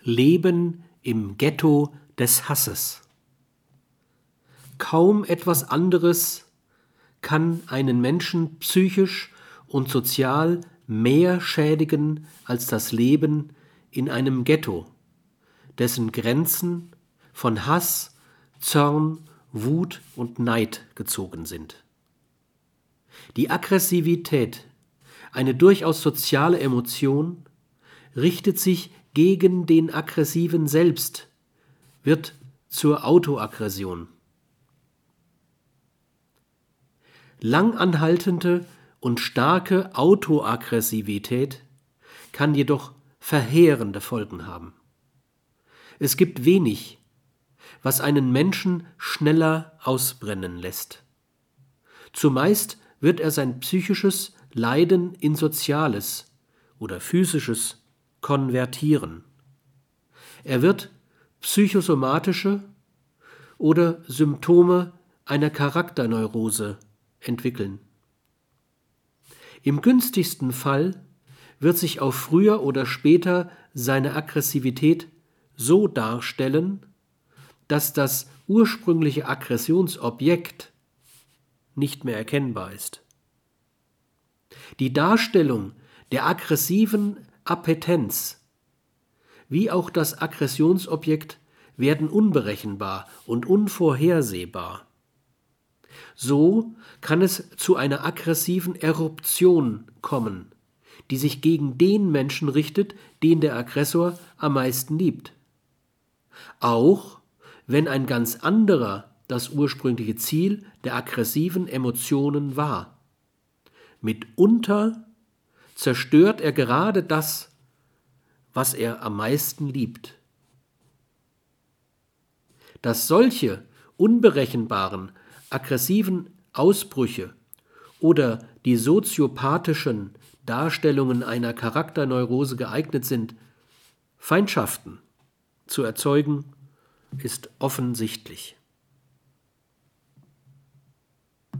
Leben im Ghetto des Hasses. Kaum etwas anderes kann einen Menschen psychisch und sozial mehr schädigen als das Leben in einem Ghetto, dessen Grenzen von Hass, Zorn, Wut und Neid gezogen sind. Die Aggressivität, eine durchaus soziale Emotion, richtet sich gegen den Aggressiven selbst, wird zur Autoaggression. Langanhaltende und starke Autoaggressivität kann jedoch verheerende Folgen haben. Es gibt wenig, was einen Menschen schneller ausbrennen lässt. Zumeist wird er sein psychisches Leiden in soziales oder physisches konvertieren. Er wird psychosomatische oder Symptome einer Charakterneurose entwickeln. Im günstigsten Fall wird sich auch früher oder später seine Aggressivität so darstellen, dass das ursprüngliche Aggressionsobjekt nicht mehr erkennbar ist. Die Darstellung der aggressiven Appetenz wie auch das Aggressionsobjekt werden unberechenbar und unvorhersehbar. So kann es zu einer aggressiven Eruption kommen, die sich gegen den Menschen richtet, den der Aggressor am meisten liebt. Auch wenn ein ganz anderer das ursprüngliche Ziel der aggressiven Emotionen war. Mitunter zerstört er gerade das, was er am meisten liebt. Dass solche unberechenbaren, aggressiven Ausbrüche oder die soziopathischen Darstellungen einer Charakterneurose geeignet sind, Feindschaften zu erzeugen, ist offensichtlich.